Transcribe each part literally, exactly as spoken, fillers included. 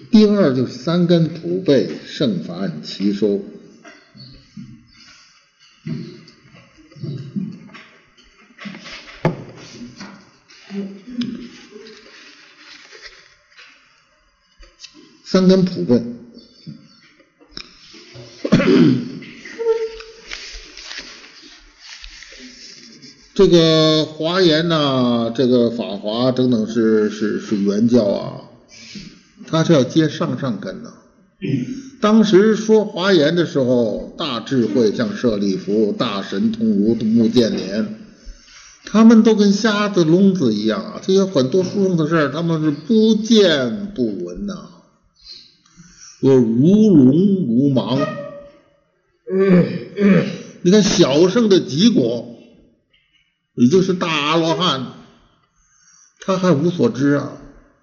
第二就是三根普被，圣凡齐收。三根普被，这个华严呐、啊，这个法华等等是是是原教啊，它是要接上上根的。当时说华严的时候，大智慧像舍利弗，大神通如目犍连，他们都跟瞎子聋子一样啊，这些很多书上的事儿，他们是不见不闻呐、啊。我如聋如盲，嗯嗯、你看小圣的极果，也就是大阿罗汉，他还无所知啊。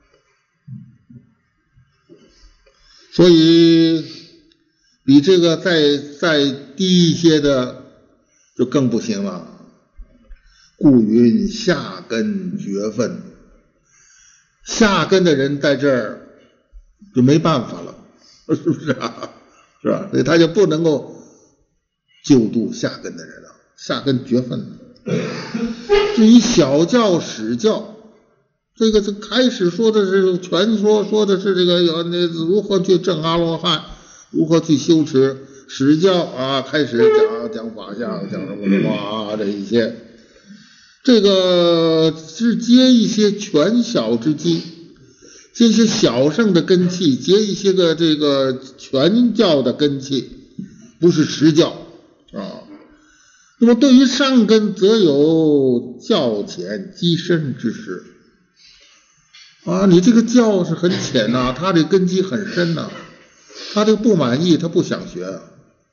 所以比这个再再低一些的就更不行了。故云下根绝分，下根的人在这儿就没办法了。是不是啊？是吧？所以他就不能够救度下根的人了，下根绝分。至于小教史教，这个是开始说的是全说，说的是这个那如何去证阿罗汉，如何去修持。史教啊，开始讲讲法相，讲什么什么啊，这一些，这个是接一些权小之机。这些小圣的根器，结一些个这个全教的根器，不是实教啊。那么对于上根，则有教浅积深之事啊。你这个教是很浅呐、啊，他这根基很深呐、啊，他这个不满意，他不想学、啊，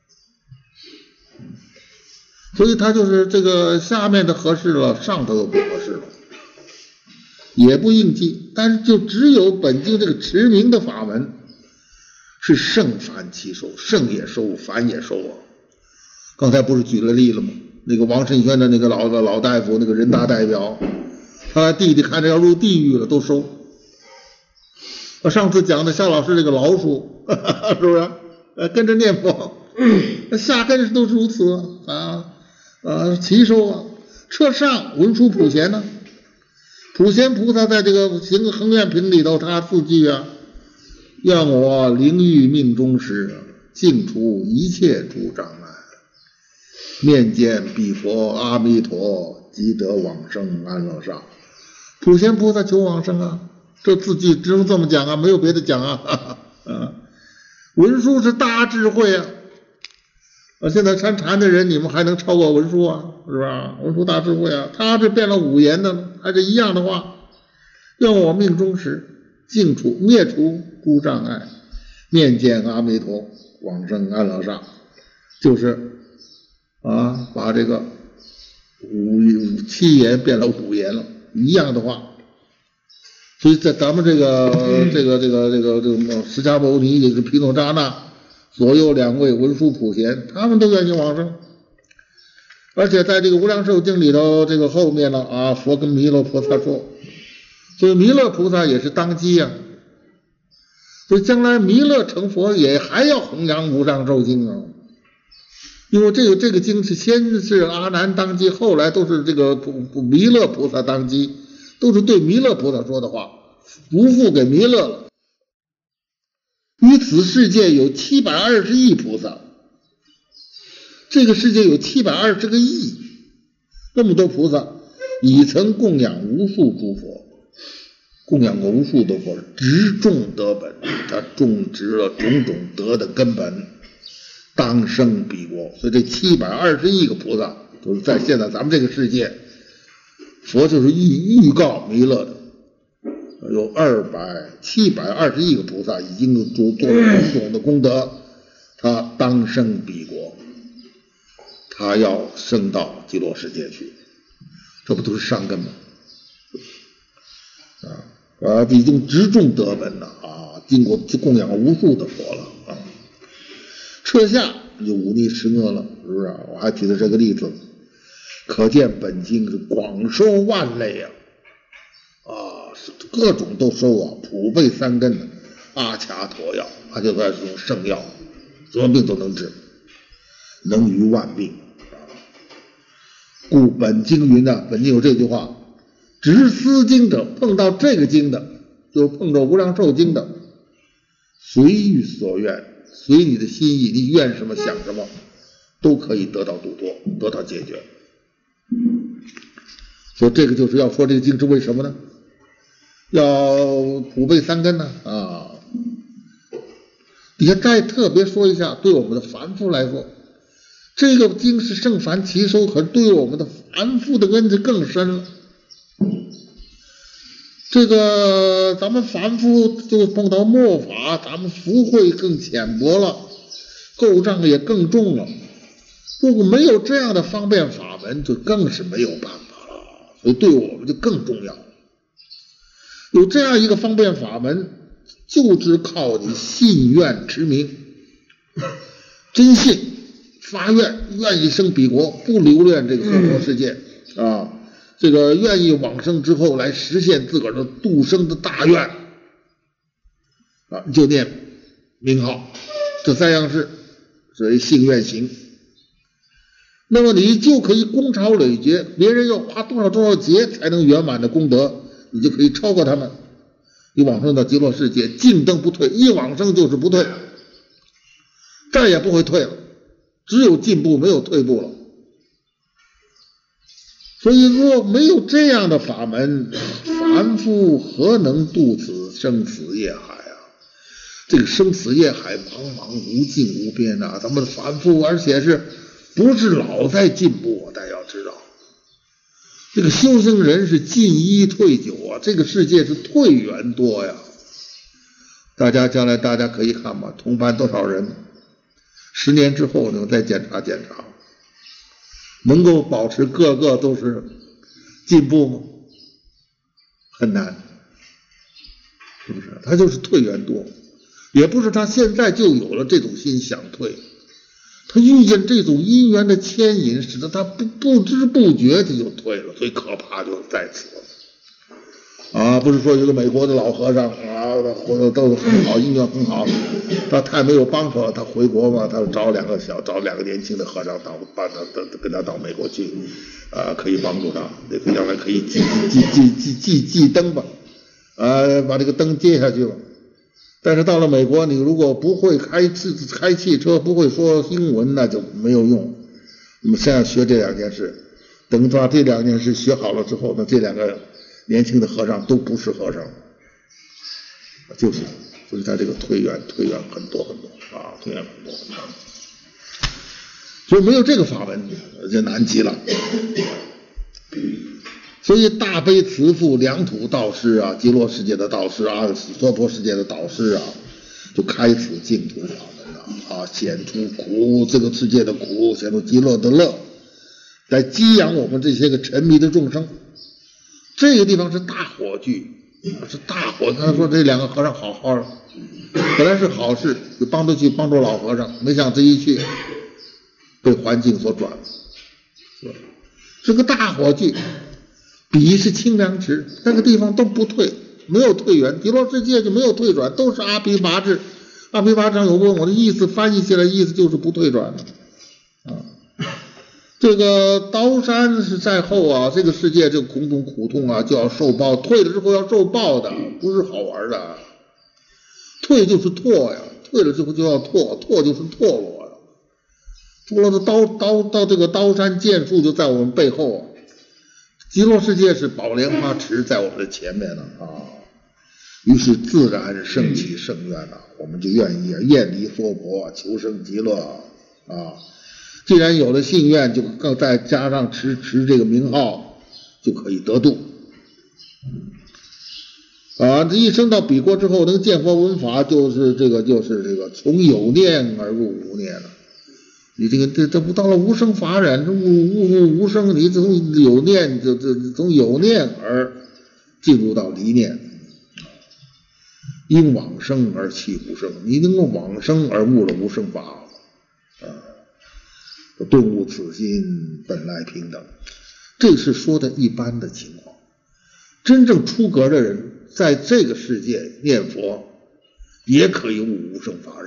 所以他就是这个下面的合适了，上头又不合适了。也不应记，但是就只有本经这个持名的法门是圣凡齐收，圣也收，凡也收啊。刚才不是举了例了吗？那个王慎轩的那个老老大夫，那个人大代表，他弟弟看着要入地狱了，都收。我上次讲的夏老师这个老鼠，呵呵是不是？呃，跟着念佛，嗯、下根都是如此啊啊，齐收啊。彻上文殊普贤呢？普贤菩萨在这个行恒愿品里头，他自句啊，愿我灵欲命中时，净除一切诸障碍，面见彼佛阿弥陀，即得往生安乐刹。普贤菩萨求往生啊，这自句只能这么讲啊，没有别的讲啊。哈哈啊，文殊是大智慧啊，啊，现在参禅的人，你们还能超过文殊啊？是吧？文殊大智慧啊，他是变了五言的，还是一样的话。愿我命中时，净除灭除诸障碍，面见阿弥陀，往生安乐刹，就是啊，把这个五七言变了五言了，一样的话。所以在咱们这个这个这个这个这个释迦牟尼也是毗卢遮那左右两位文殊普贤，他们都愿意往生。而且在这个无量寿经里头，这个后面呢啊，佛跟弥勒菩萨说，所以弥勒菩萨也是当机啊，所以将来弥勒成佛也还要弘扬无量寿经啊。因为这个这个经是先是阿难当机，后来都是这个弥勒菩萨当机，都是对弥勒菩萨说的话，不付给弥勒了。于此世界有七百二十亿菩萨，这个世界有七百二十个亿，那么多菩萨，已曾供养无数诸佛，供养过无数的佛，植种德本，他种植了种种德的根本，当生彼国。所以这七百二十亿个菩萨都是在现在咱们这个世界，佛就是预预告弥勒的，有二百七百二十亿个菩萨已经做做了种种的功德，他当生彼国，他要升到极乐世界去，这不都是上根吗？啊啊，已经植种德本了啊，经过供养无数的佛了啊。彻下就忤逆施恶了，是不是、啊？我还举了这个例子，可见本经是广收万类啊，啊，各种都收啊，普被三根的， 阿伽陀药，它就算是种圣药，什么病都能治，能于万病。故本经云呢，本经有这句话，执思经者，碰到这个经的，就是碰着无量寿经的，随欲所愿，随你的心意，你愿什么想什么，都可以得到度脱，得到解决。所以这个就是要说这个经是为什么呢？要普被三根呢啊！底下再特别说一下，对我们的凡夫来说，这个经是圣凡奇收，可是对我们的凡夫的恩就更深了。这个咱们凡夫就碰到末法，咱们福慧更浅薄了，垢障也更重了。如果没有这样的方便法门，就更是没有办法了，所以对我们就更重要。有这样一个方便法门，就是靠你信愿持名，真信发愿，愿意生彼国，不留恋这个娑婆世界啊，这个愿意往生之后来实现自个儿的度生的大愿啊，就念名号，这三样事所谓信愿行。那么你就可以功超累劫，别人要花多少多少劫才能圆满的功德，你就可以超过他们。你往生到极乐世界，进登不退，一往生就是不退，再也不会退了，只有进步没有退步了。所以若没有这样的法门，凡夫何能渡此生死业海啊？这个生死业海茫茫无尽无边啊！咱们凡夫，而且是不是老在进步啊？大家要知道，这个修行人是进一退九啊，这个世界是退缘多呀。大家将来大家可以看吧，同班多少人，十年之后呢再检查检查，能够保持个个都是进步吗？很难，是不是？他就是退缘多，也不是他现在就有了这种心想退，他遇见这种因缘的牵引，使得他不不知不觉他就退了，最可怕就在此啊！不是说有个美国的老和尚啊，他活得都很好，姻缘很好，他太没有帮手了，他回国嘛，他找两个小找两个年轻的和尚到帮他跟他到美国去，啊，可以帮助他，这个将来可以继继继继继继灯吧，啊，把这个灯接下去吧。但是到了美国，你如果不会开汽开汽车，不会说英文，那就没有用。那么现在学这两件事，等把这两件事学好了之后，那这两个年轻的和尚都不是和尚，就是，所以他这个退远退远很多很多啊，退远很多很多。所以没有这个法门就难极了。所以大悲慈父良土道师啊，极乐世界的道师啊，娑婆世界的导师啊，就开此净土法门啊，啊，显出苦这个世界的苦，显出极乐的乐，来激养我们这些个沉迷的众生。这个地方是大火炬，是大火。他说这两个和尚好好的，本来是好事，就帮他去帮助老和尚，没想这一去被环境所转，是个大火炬。笔是清凉池，那个地方都不退，没有退缘，极乐世界就没有退转，都是阿毗跋致。阿毗跋致上有问我的意思，翻译起来意思就是不退转啊。这个刀山是在后啊，这个世界这个苦痛苦痛啊就要受报，退了之后要受报的，不是好玩的。退就是堕呀，退了之后就要堕，堕就是堕落呀。堕落的刀刀到这个刀山剑树就在我们背后啊。极乐世界是宝莲花池在我们的前面呢啊，于是自然升起圣愿了，我们就愿意厌离娑婆，求生极乐啊。既然有了信愿，就更再加上持持这个名号，就可以得度啊。这一生到彼国之后，能见佛闻法，就是这个就是这个从有念而入无念了。你这个这这不到了无生法忍，这无无无无生，你从有念就这从有念而进入到离念，因往生而弃无生，你能够往生而悟了无生法啊，顿悟此心本来平等。这是说的一般的情况，真正出格的人在这个世界念佛， 也可以悟无生法忍。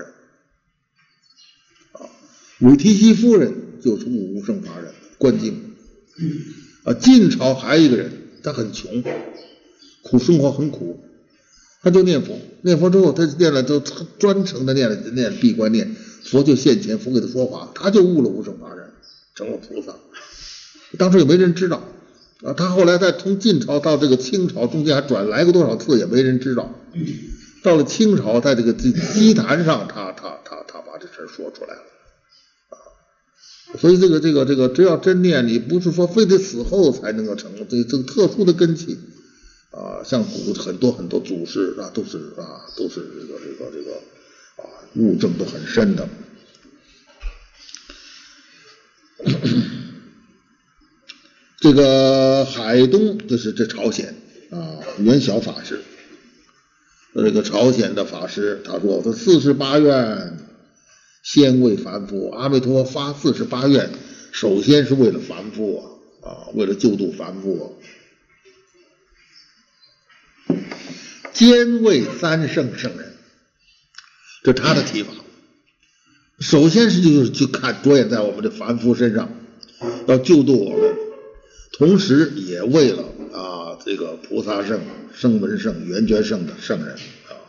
啊，韦提希夫人就是悟无生法忍，观经。啊，晋朝还有一个人，他很穷，苦生活很苦，他就念佛，念佛之后他念了都专程的念了念闭关念，佛就现前，佛给他说法，他就悟了无生法忍，成了菩萨。当时也没人知道啊，他后来在从晋朝到这个清朝中间还转来过多少次，也没人知道。到了清朝，在这个祭坛上，他他他他把这事说出来了。所以这个这个这个，只要真念，你不是说非得死后才能够成，这这个特殊的根器啊，像古很多很多祖师啊，都是啊都是这个这个这个啊悟证都很深的。这个海东就是这朝鲜啊元晓法师，这个朝鲜的法师他说，他四十八愿先为凡夫，阿弥陀佛发四十八愿，首先是为了凡夫啊，啊，为了救度凡夫啊。兼为三圣圣人，这是他的提法。首先是就是去看着眼在我们的凡夫身上，要救度我们，同时也为了啊这个菩萨圣、声闻圣、圆觉圣的圣人。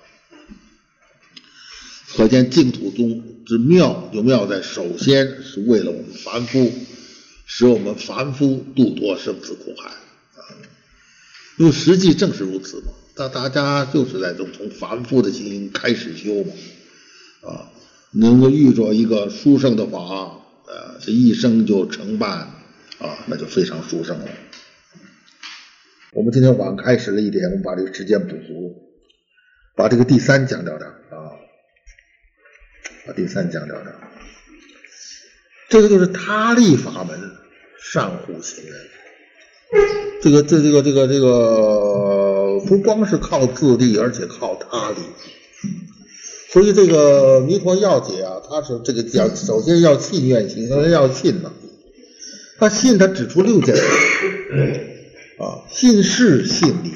可见净土宗之妙就妙在，首先是为了我们凡夫，使我们凡夫度脱生死苦海啊！因为实际正是如此嘛，大大家就是在从从凡夫的心开始修嘛啊，能够遇着一个殊胜的法，呃，这一生就成办啊，那就非常殊胜了。我们今天晚开始了一点，我们把这个时间补足，把这个第三讲聊聊啊。把第三讲聊聊，这个就是他力法门上护行人。这个这这个这个这个不光是靠自力，而且靠他力。所以这个弥陀要解啊，他是这个讲，首先要信愿行，首先要信呢、啊。他信，他指出六件事啊，信事、信理。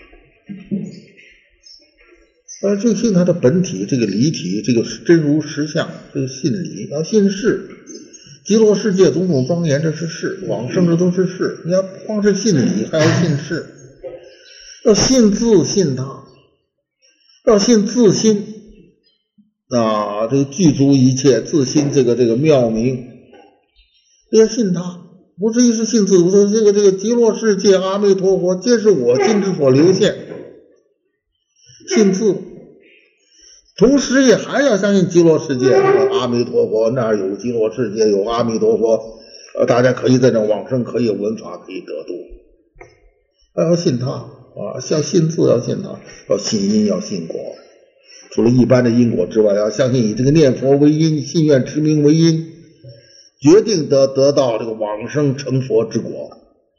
呃，这个信它的本体，这个离体，这个真如实相，这个信理，要信事，极乐世界种种庄严，这是事，往生这都是事。你要光是信理，还要信事，要信自信他，要信自心啊，这个具足一切自心，这个这个妙明，要信他，不至于是信自，说这个这个极乐世界阿弥陀佛，皆是我今之所流现，信自。同时也还要相信极乐世界，阿弥陀佛那儿有极乐世界，有阿弥陀佛，呃，大家可以在那往生，可以闻法，可以得度。要信他啊，要信自，要信他，要信因，要信果。除了一般的因果之外，要相信以这个念佛为因，信愿持名为因，决定得得到这个往生成佛之果。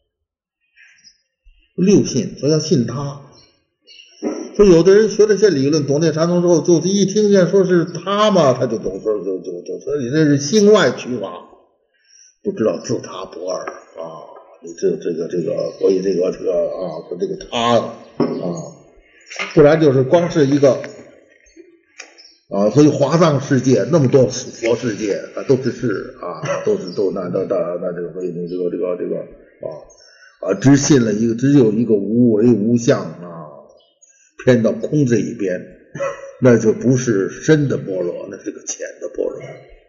六信，所以要信他。所以有的人学这些理论，懂这禅宗之后，就是一听见说是他嘛，他就懂说就就就说你这是心外取法，不知道自他不二啊！你这这个这个，所以这个这个啊，说这个他啊，不然就是光是一个啊，所以华藏世界那么多佛世界啊，都是事啊，都是都那那那那这个所以你这个这个这个啊啊，只信了一个，只有一个无为无相啊。偏到空这一边，那就不是深的般若，那是个浅的般若。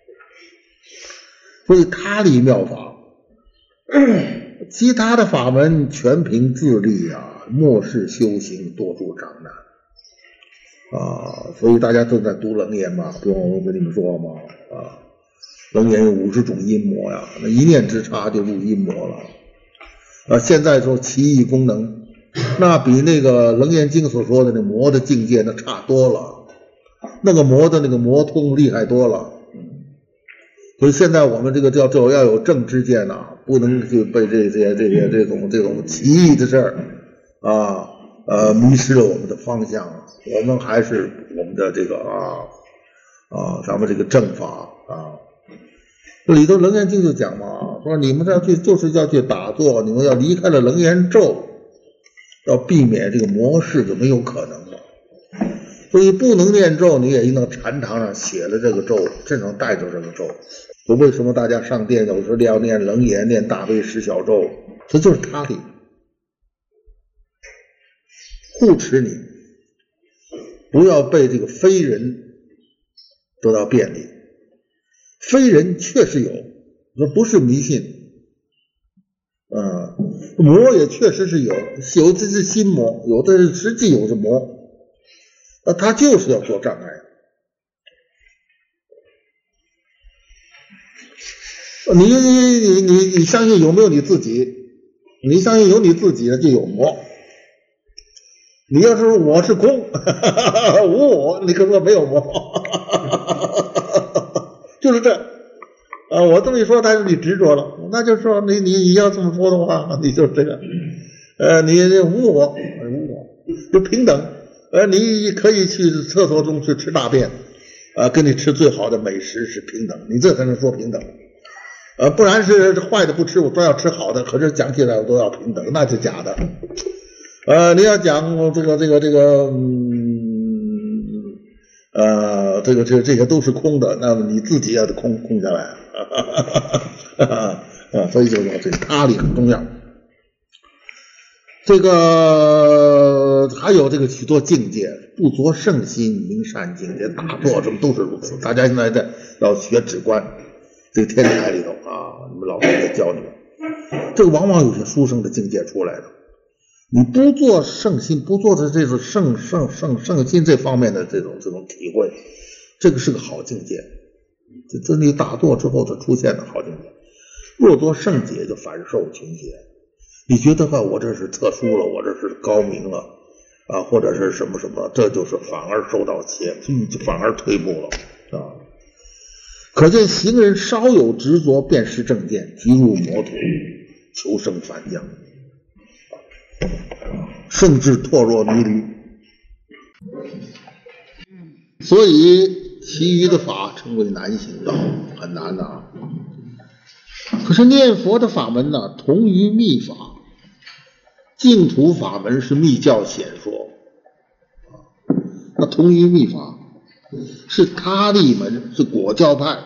所以他力妙法，其他的法门全凭自力啊，末世修行多助障难啊。所以大家都在读楞严嘛，不用我跟你们说嘛啊，楞严有五十种阴魔呀，那一念之差就入阴魔了啊。现在说奇异功能。那比那个楞严经所说的那魔的境界那差多了，那个魔的那个魔通厉害多了。所以现在我们这个叫这要有正知见呐、啊，不能就被这些这些这种这种奇异的事儿啊呃迷失了我们的方向。我们还是我们的这个啊啊咱们这个正法啊。这里头楞严经就讲嘛，说你们要去就是要去打坐，你们要离开了楞严咒。要避免这个魔事就没有可能了。 所以不能念咒，你也应当禅堂上写了这个咒，这能带着这个咒。我为什么大家上殿有时候要念楞严、念大悲十小咒？这就是他的护持你，不要被这个非人得到便利。非人确实有，这不是迷信。啊、嗯，魔也确实是有，有的是心魔，有的是实际有的魔，那他就是要做障碍。你你你你你相信有没有你自己？你相信有你自己的就有魔。你要是说我是空，无我，你可说没有魔，就是这。啊，我这么一说，但是你执着了，那就说你你你要这么说的话，你就这个，呃，你无我，无我就平等，呃，你可以去厕所中去吃大便，啊，跟你吃最好的美食是平等，你这才能说平等，呃，不然是坏的不吃，我都要吃好的，可是讲起来我都要平等，那是假的，呃，你要讲这个这个这个，嗯，呃，这个这这些都是空的，那么你自己要得空空下来。啊，所以就说这个他力很重要。这个还有这个许多境界，不着圣心，明善境界，打坐什么都是如此。大家现在在要学止观，这个天台里头啊，你们老师在教你们，这个往往有些殊胜的境界出来了。你不做圣心，不做的这种圣圣圣圣心这方面的这种这种体会，这个是个好境界。这这你打坐之后它出现的好境界，若作圣解就反受穷解。你觉得话我这是特殊了，我这是高明了啊，或者是什么什么，这就是反而受到切，嗯，反而退步了啊。可见行人稍有执着，便失正见，即入魔途，求生反降，甚至堕落迷离。所以其余的法称为难行道，很难的啊。可是念佛的法门呢，同于密法，净土法门是密教显说，那同于密法是他力门，是果教派。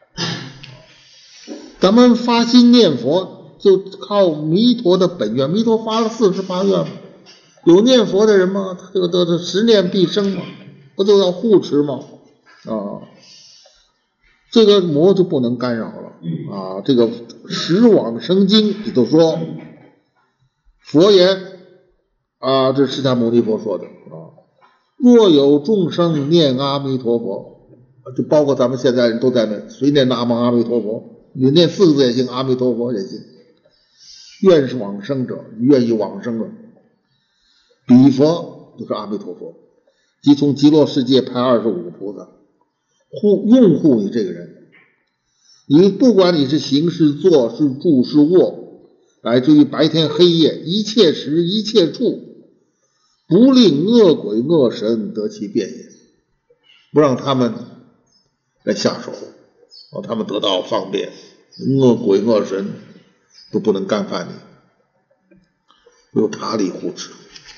咱们发心念佛就靠弥陀的本愿，弥陀发了四十八愿，有念佛的人吗？他这个得十念必生嘛，不就要护持吗？啊，这个魔就不能干扰了啊！这个《十往生经》里头说，佛言啊，这释迦牟尼佛说的啊，若有众生念阿弥陀佛，就包括咱们现在人都在念，谁念南无阿弥陀佛，你念四个字也行，阿弥陀佛也行。愿是往生者，愿意往生者，彼佛就是阿弥陀佛，即从极乐世界派二十五个菩萨护拥护你这个人，你不管你是行是坐是住是卧，乃至于白天黑夜，一切时一切处，不令恶鬼恶神得其便也，不让他们来下手，让他们得到方便，恶鬼恶神都不能干犯你，有他力护持。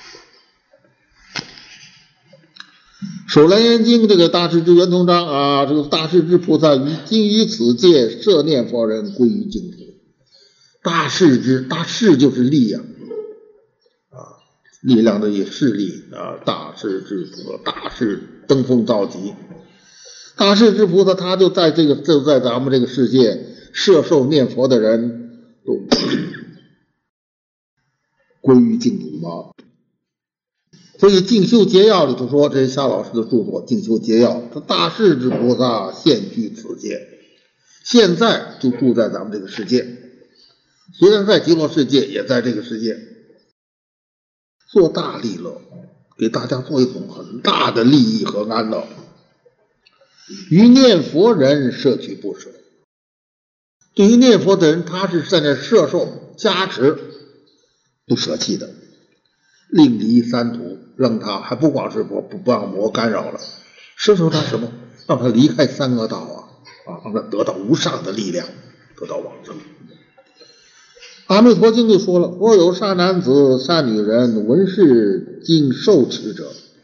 首楞严经这个大势至圆通章啊，这个大势至菩萨于今于此界摄念佛人归于净土。大势至，大势就是力量啊，力量的也势力啊，大势至菩萨，大势登峰造极。大势至菩萨他就在这个就在咱们这个世界摄受念佛的人都归于净土嘛。所以净修节要里头说，这是夏老师的著作《净修节要》，他大势至菩萨现居此界，现在就住在咱们这个世界，虽然在极乐世界，也在这个世界做大利乐，给大家做一种很大的利益和安乐。于念佛人摄取不舍，对于念佛的人，他是在那摄受加持不舍弃的，令离三途，让他还不光是不不让魔干扰了，摄受他什么？让他离开三恶道啊啊，让他得到无上的力量，得到往生。阿弥陀经就说了，若有善男子善女人闻是经受持者，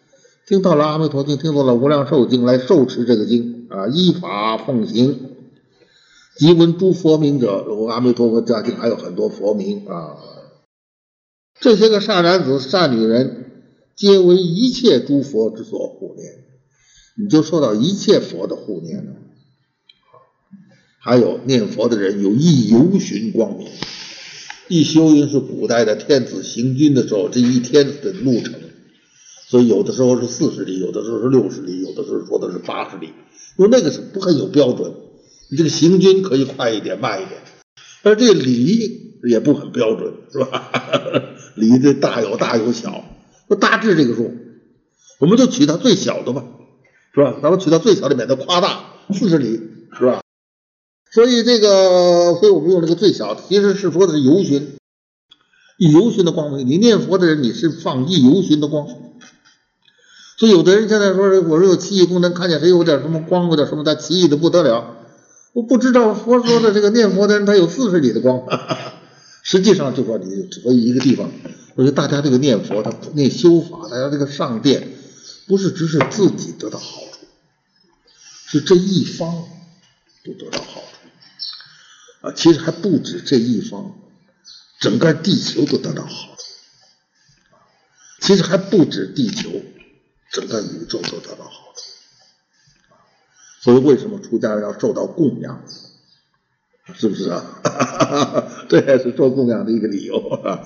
听到了阿弥陀经，听到了无量寿经，来受持这个经啊，依法奉行。即闻诸佛名者，有阿弥陀佛家经，还有很多佛名啊。这些个善男子、善女人，皆为一切诸佛之所护念，你就受到一切佛的护念了。还有念佛的人有一游巡光明，一修云是古代的天子行军的时候，这一天的路程，所以有的时候是四十里，有的时候是六十里，有的时候说的是八十里，因为那个是不很有标准。你这个行军可以快一点慢一点，而这个礼也不很标准，是吧？礼这大有大有小，就大致这个数，我们就取它最小的吧，是吧？咱们取到最小的，免得夸大，四十里，是吧？所以这个，所以我们用这个最小的，其实是说的是游巡，一游巡的光明。你念佛的人，你是放一游巡的光。所以有的人现在说，我说有奇异功能，看见谁有点什么光，有点什么，他奇异的不得了。我不知道佛说的这个念佛的人，他有四十里的光。实际上就说你只为一个地方。我觉得大家这个念佛，他念修法，大家这个上殿，不是只是自己得到好处，是这一方都得到好处啊！其实还不止这一方，整个地球都得到好处。其实还不止地球，整个宇宙都得到好处。所以为什么出家人要受到供养？是不是啊？这也是受供养的一个理由啊。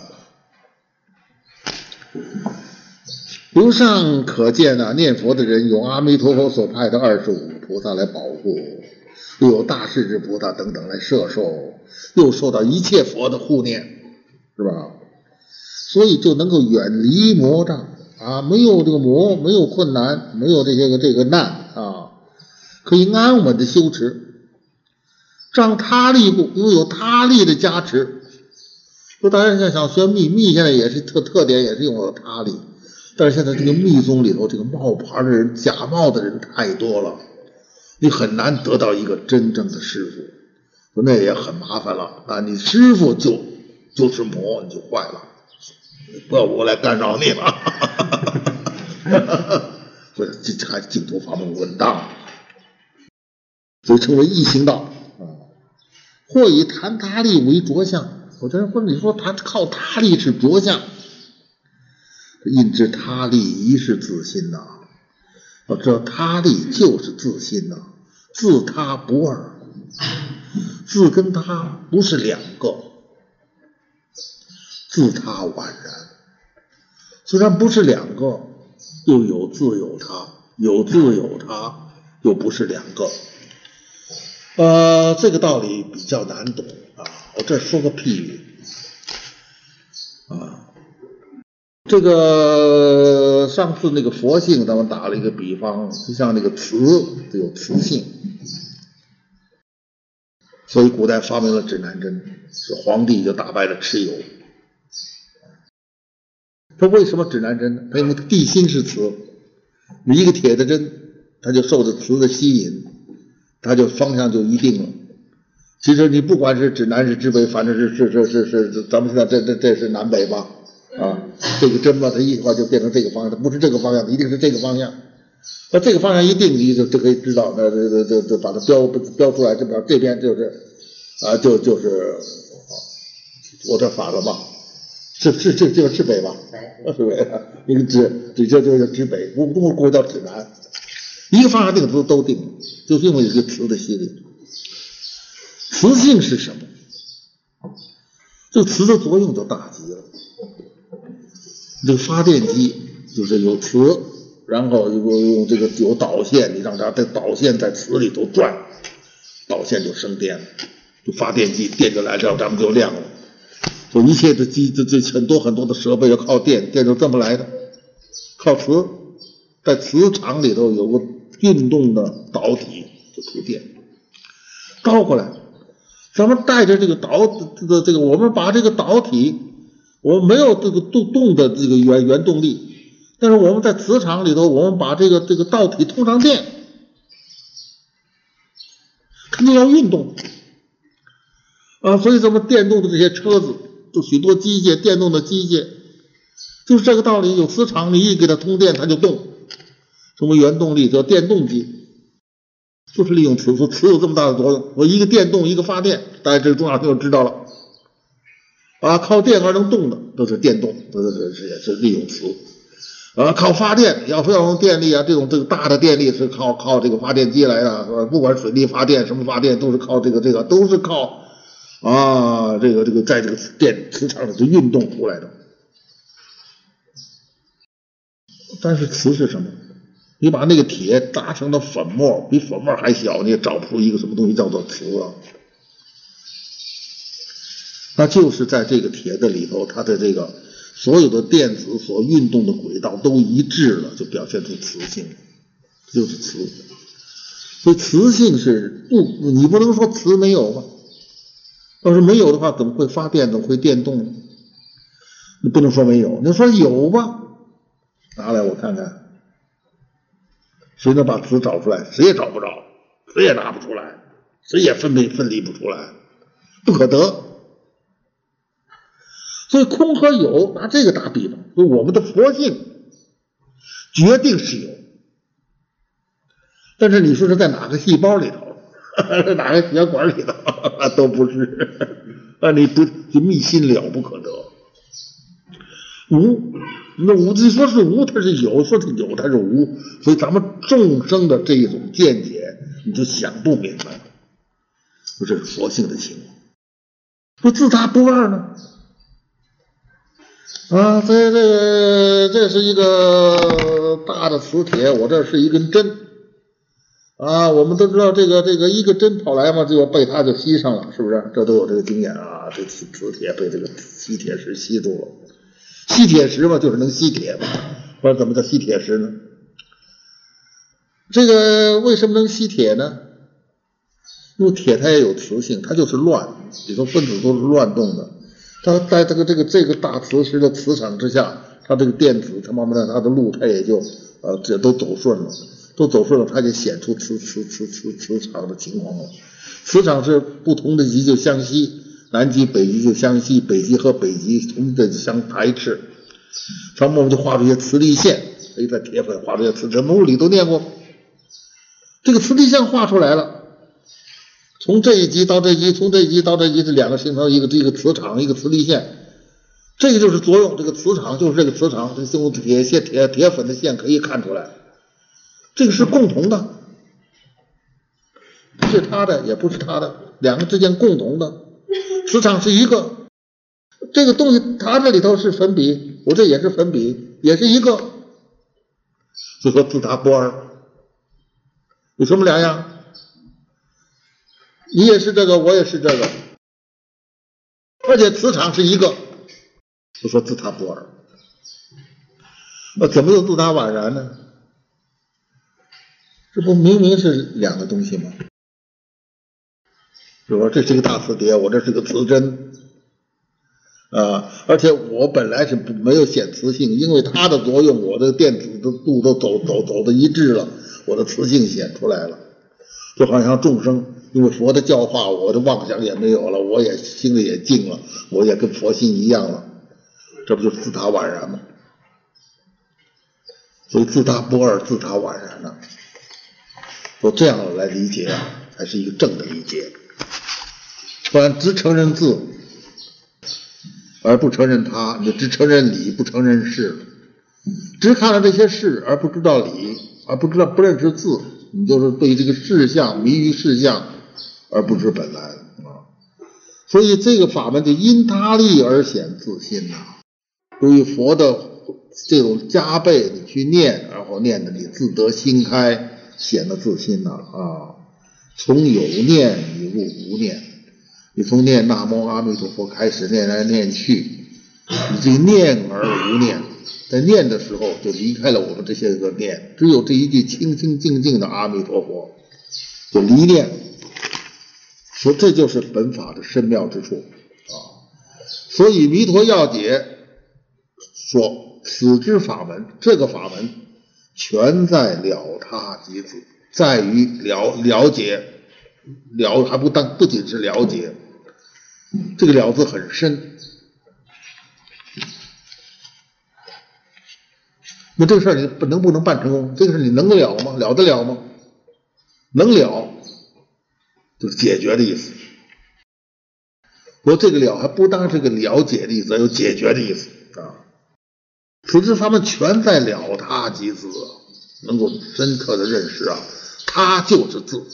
由上可见啊，念佛的人有阿弥陀佛所派的二十五菩萨来保护，又有大势至菩萨等等来摄受，又受到一切佛的护念，是吧？所以就能够远离魔障啊，没有这个魔，没有困难，没有这些个这个难啊，可以安稳的修持。仗他力故，因为有他力的加持。说大家现在想学密，密现在也是特特点，也是用了他力。但是现在这个密宗里头，这个冒牌的人、假冒的人太多了，你很难得到一个真正的师傅，那也很麻烦了啊！你师傅就就是魔，你就坏了，不要我来干扰你了。所以这还净土法门稳当，所以称为易行道。或以谈他力为着相，我这或者你说他靠他力是着相，因知他力一是自心呐、啊，我知道他力就是自心呐、啊，自他不二，自跟他不是两个，自他宛然。虽然不是两个，又有自有他，有自有他，又不是两个。呃，这个道理比较难懂啊，我这说个譬喻啊，这个上次那个佛性，咱们打了一个比方，就像那个瓷，就有瓷性，所以古代发明了指南针，是皇帝就打败了蚩尤。他为什么指南针呢？他因为地心是瓷，你一个铁的针，它就受着瓷的吸引。它就方向就一定了。其实你不管是指南是指北，反正是是是是是，咱们现在这这这是南北吧？啊，这个针吧，它一话就变成这个方向，它不是这个方向，一定是这个方向。那这个方向一定，你就就可以知道，那这这这这把它标标出来，这边这边就是啊，就就是我这反了吧？是是是就是指北吧？是北，一个指指就就是指北，我中国国叫指南。一个方向定都都定了，就是因为一个磁的吸引。磁性是什么？这个磁的作用就大极了。这个发电机就是有磁，然后用这个有导线，你让它的导线在磁里头转，导线就生电了，就发电机，电就来了，咱们就亮了。所以一切的机，这这很多很多的设备要靠电，电就这么来的，靠磁，在磁场里头有个运动的导体就出电，倒过来，咱们带着这个导的这个，我们把这个导体，我们没有这个动动的这个原原动力，但是我们在磁场里头，我们把这个这个导体通上电，它就要运动啊，所以咱们电动的这些车子，就许多机械电动的机械，就是这个道理，有磁场，你一给它通电，它就动。 什么原动力叫电动机，就是利用磁，说磁有这么大的作用，我一个电动一个发电，大家这个重要性就知道了。啊，靠电而能动的都是电动，都是是也是利用磁。啊，靠发电，要说要用电力啊，这种这个大的电力是靠靠这个发电机来的，是吧？不管水力发电什么发电，都是靠这个这个，都是靠啊这个这个在这个电磁场里头运动出来的。但是磁是什么？你把那个铁打成了粉末，比粉末还小，你也找不出一个什么东西叫做磁啊。那就是在这个铁的里头，它的这个所有的电子所运动的轨道都一致了，就表现出磁性，就是磁。所以磁性是不，你不能说磁没有吧？要是没有的话，怎么会发电？怎么会电动呢？你不能说没有，你说有吧？拿来我看看，谁能把磁找出来？谁也找不着，谁也拿不出来，谁也分别分离不出来，不可得。所以空和有，拿这个打比方，说我们的佛性决定是有，但是你说是在哪个细胞里头，哪个血管里头，都不是，啊，你不就密心了不可得。无，那无你说是无，它是有；说是有，它是无。所以咱们众生的这一种见解，你就想不明白了。说这是佛性的情况。说自他不二呢？啊，这这个这是一个大的磁铁，我这是一根针啊。我们都知道这个这个一个针跑来嘛，就被它就吸上了，是不是？这都有这个经验啊。这磁磁铁被这个吸铁石吸住了。吸铁石嘛，就是能吸铁嘛，不然怎么叫吸铁石呢？这个为什么能吸铁呢？因为铁它也有磁性，它就是乱，里头分子都是乱动的。它在这个这个这个大磁石的磁场之下，它这个电子它慢慢的它的路它也就呃这都走顺了，都走顺了，它就显出磁磁磁磁磁场的情况了。磁场是不同的极就相吸。南极北极就相吸，北极和北极同的相排斥，咱们我们就画出一些磁力线，可以在铁粉画出一些磁，这物理都念过。这个磁力线画出来了，从这一极到这一极，从这一极到这一极，这两个形成一个这个磁场，一个磁力线，这个就是作用。这个磁场就是这个磁场，这用铁线铁铁粉的线可以看出来，这个是共同的，不是他的，也不是他的，两个之间共同的。磁场是一个，这个东西它这里头是粉笔，我这也是粉笔，也是一个，所以说自他不二，有什么两样？你也是这个，我也是这个，而且磁场是一个，就说自他不二。那怎么又自他宛然呢？这不明明是两个东西吗？是吧？这是一个大磁碟，我这是个磁针啊，而且我本来是没有显磁性，因为它的作用，我的电子的路都走走走的一致了，我的磁性显出来了。就好像众生，因为佛的教化，我的妄想也没有了，我也心里也静了，我也跟佛心一样了，这不就是自他宛然吗？所以自他不二，自他宛然呢，说这样来理解啊，才是一个正的理解。不然只承认自而不承认他，你只承认理不承认事，只看了这些事而不知道理，而不知道不认识自，你就是对这个事项迷于事项而不知本来啊。所以这个法门就因他力而显自心呐、啊。由于佛的这种加倍你去念，然后念的你自得心开，显得自心呐 啊, 啊。从有念你入无念。你从念南无阿弥陀佛开始念来念去，你这念而无念，在念的时候就离开了我们这些个念，只有这一句清清净净的阿弥陀佛，就离念，说这就是本法的深妙之处啊。所以弥陀要解说此之法门，这个法门全在了他即自，在于了了解，了还不但不仅是了解。这个了字很深， 那这个事儿你不能不能办成功？这个事你能得了吗？了得了吗？能了，就是解决的意思。不过这个了还不当是个了解的意思，有解决的意思啊。此之法门全在了他即自，能够深刻的认识啊，他就是自。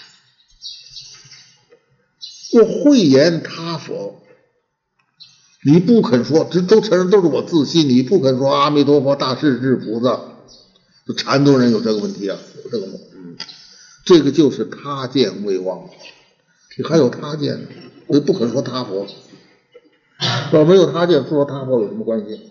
我讳言他佛，你不肯说，这都承认都是我自信，你不肯说阿弥陀佛大势至菩萨，这禅宗人有这个问题啊，有这个问题。嗯，这个就是他见未忘，你还有他见呢，我不肯说他佛，要没有他见，说他佛有什么关系？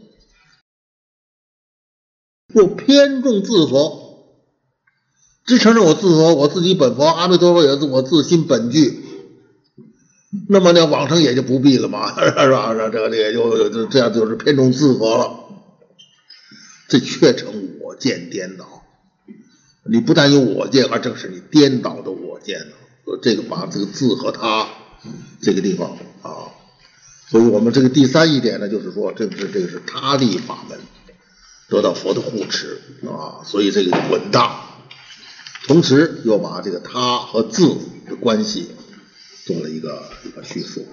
我偏重自佛，只承认我自佛，我自己本佛，阿弥陀佛也是我自心本具。那么呢，往生也就不必了嘛，是吧？这个也就这样，就是偏重自佛了。这却成我见颠倒。你不但有我见，而正是你颠倒的我见了。这个把这个自和他这个地方啊，所以我们这个第三一点呢，就是说，这是这个是他力法门得到佛的护持啊，所以这个稳当。同时又把这个他和自的关系做了一个一个叙述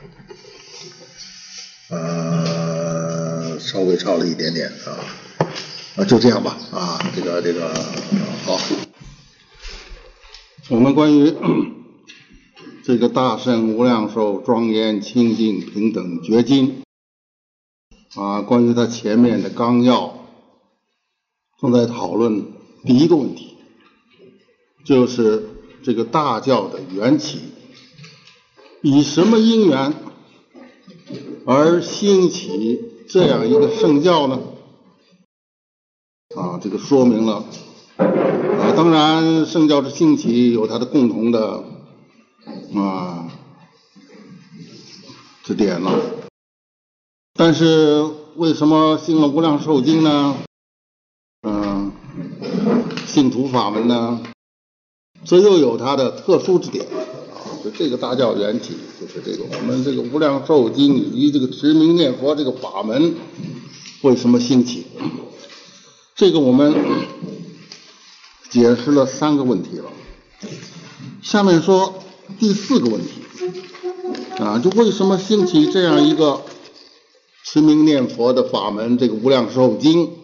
啊，呃，稍微超了一点点啊，啊，就这样吧啊，这个这个好。 我们关于这个大圣无量寿庄严清净平等觉经啊，关于它前面的纲要，正在讨论第一个问题，就是这个大教的缘起，以什么因缘而兴起这样一个圣教呢？啊，这个说明了啊，当然圣教之兴起有它的共同的啊这点了，但是为什么兴了无量寿经呢？嗯、呃，信徒法门呢，这又有它的特殊之点啊。就这个大教缘起，就是这个我们这个无量寿经以及这个持名念佛这个法门为什么兴起？这个我们解释了三个问题了，下面说第四个问题啊，就为什么兴起这样一个持名念佛的法门，这个无量寿经